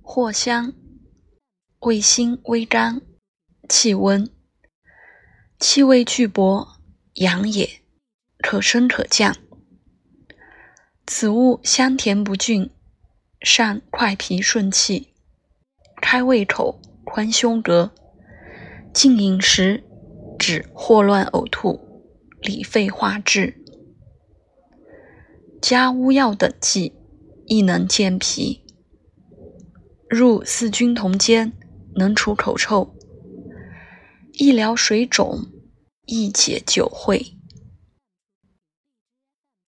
藿香，味辛微甘，气温，气味巨薄，阳也，可升可降。此物香甜不峻，善快脾顺气，开胃口，宽胸膈，禁饮食，止霍乱呕吐，理肺化滞。加乌药等剂，亦能健脾。入四君同煎，能除口臭，益疗水肿，益解酒秽。